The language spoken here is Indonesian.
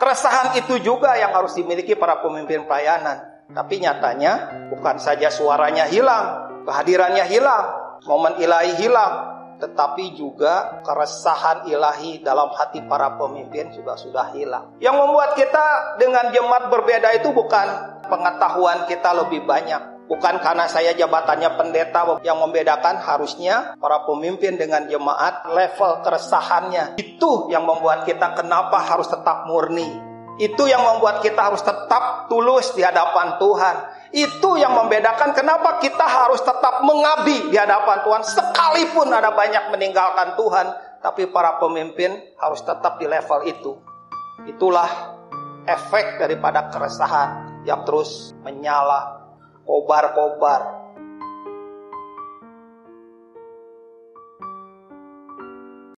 Keresahan itu juga yang harus dimiliki para pemimpin pelayanan. Tapi nyatanya bukan saja suaranya hilang, kehadirannya hilang, momen ilahi hilang, tetapi juga keresahan ilahi dalam hati para pemimpin juga sudah hilang. Yang membuat kita dengan jemaat berbeda itu bukan pengetahuan kita lebih banyak. Bukan karena saya jabatannya pendeta yang membedakan, harusnya para pemimpin dengan jemaat level keresahannya. Itu yang membuat kita kenapa harus tetap murni. Itu yang membuat kita harus tetap tulus di hadapan Tuhan. Itu yang membedakan kenapa kita harus tetap mengabdi di hadapan Tuhan. Sekalipun ada banyak meninggalkan Tuhan, tapi para pemimpin harus tetap di level itu. Itulah efek daripada keresahan yang terus menyala, kobar-kobar,